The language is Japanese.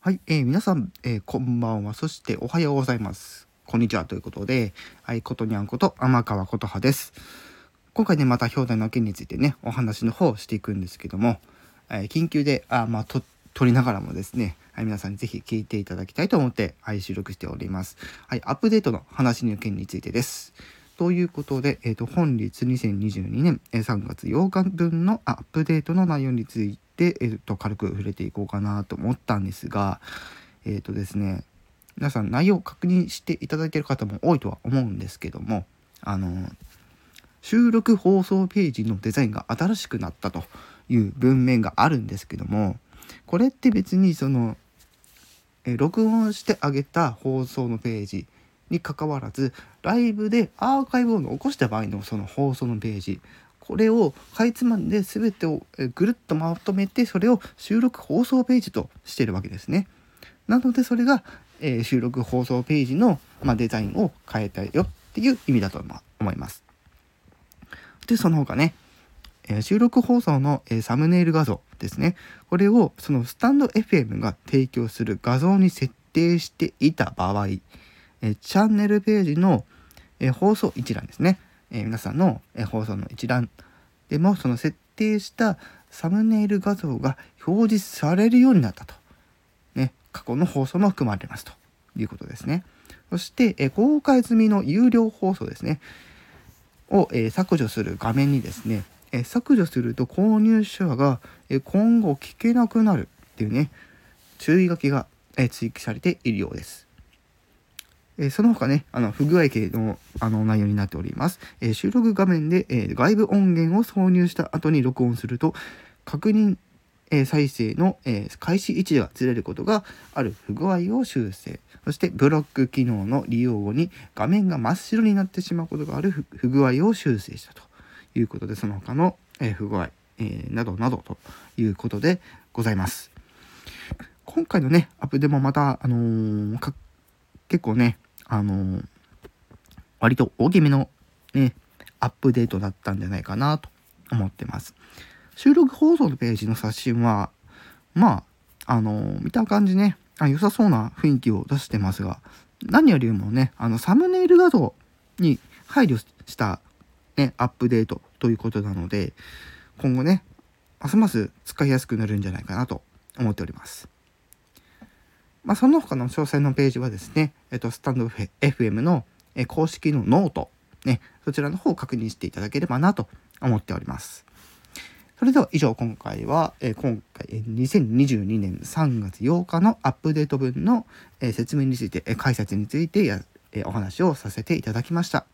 はい、皆さん、こんばんは。そしておはようございます。こんにちはということで、はい、ことにゃんこと天川琴葉です。今回ね、また表題の件についてね、お話の方をしていくんですけども、緊急で、撮りながらもですね、はい、皆さんにぜひ聞いていただきたいと思って、はい、収録しております。はい、アップデートの話の件についてです。ということで、本日2022年3月8日分のアップデートの内容について、軽く触れていこうかなと思ったんですが、ですね、皆さん内容を確認していただいている方も多いとは思うんですけども、収録放送ページのデザインが新しくなったという文面があるんですけども、これって別に録音してあげた放送のページに関わらず、ライブでアーカイブを残した場合のその放送のページ、これをかいつまんで全てをぐるっとまとめて、それを収録放送ページとしているわけですね。なのでそれが、収録放送ページの、デザインを変えたよっていう意味だと思います。で、その他ね、収録放送の、サムネイル画像ですね。これをそのスタンド FM が提供する画像に設定していた場合、チャンネルページの、放送一覧ですね。皆さんの、放送の一覧でもその設定したサムネイル画像が表示されるようになったと。過去の放送も含まれますということですね。そして、公開済みの有料放送ですねを、削除する画面にですね、削除すると購入者が、今後聞けなくなるっていうね、注意書きが、追記されているようです。その他ね、不具合系の内容になっております。収録画面で、外部音源を挿入した後に録音すると、確認再生の、開始位置がずれることがある不具合を修正。そしてブロック機能の利用後に画面が真っ白になってしまうことがある不具合を修正したということで、その他の、不具合、などなどということでございます。今回のね、アップでもまた、結構ね、割と大きめのね、アップデートだったんじゃないかなと思ってます。収録放送のページの刷新は、見た感じね、良さそうな雰囲気を出してますが、何よりもね、サムネイル画像に配慮した、ね、アップデートということなので、今後ね、ますます使いやすくなるんじゃないかなと思っております。その他の詳細のページはですね、スタンド FM の公式のノート、ね、そちらの方を確認していただければなと思っております。それでは以上、今回2022年3月8日のアップデート分の説明について、解説についてお話をさせていただきました。